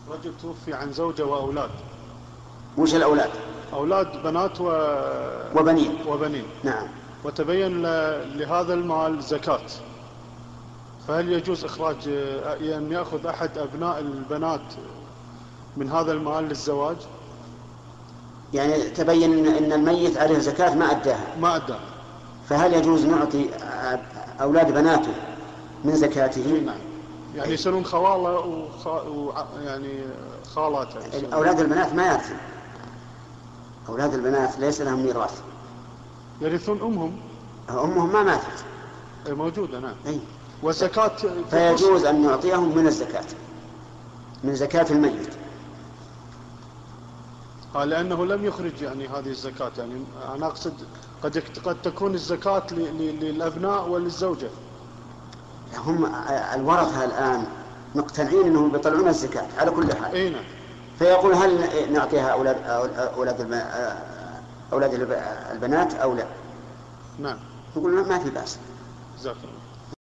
رجل توفي عن زوجة وأولاد. وش الأولاد؟ أولاد بنات وبنين. نعم. وتبين لهذا المال زكاة، فهل يجوز إخراج أن يأخذ أحد أبناء البنات من هذا المال للزواج؟ يعني تبين أن الميت عليه زكاة ما أداها. فهل يجوز نعطي أولاد بناته من زكاته؟ نعم. يعني يصيرون خوالة يعني خالات. أولاد البنات ما يرثون. أولاد البنات ليس لهم ميراث. يرثون أمهم ما ماتت. موجودة. نعم. أي. والزكاة فيجوز أن نعطيهم من الزكاة، من زكاة الميت. لأنه لم يخرج يعني هذه الزكاة. يعني أنا أقصد قد تكون الزكاة للأبناء وللزوجة. هم الورثة الآن مقتنعين أنهم بيطلعون الزكاة على كل حال. أي نعم. فيقول هل نعطيها أولاد البنات أو لا؟ نعم. يقول ما في بأس. جزاك الله.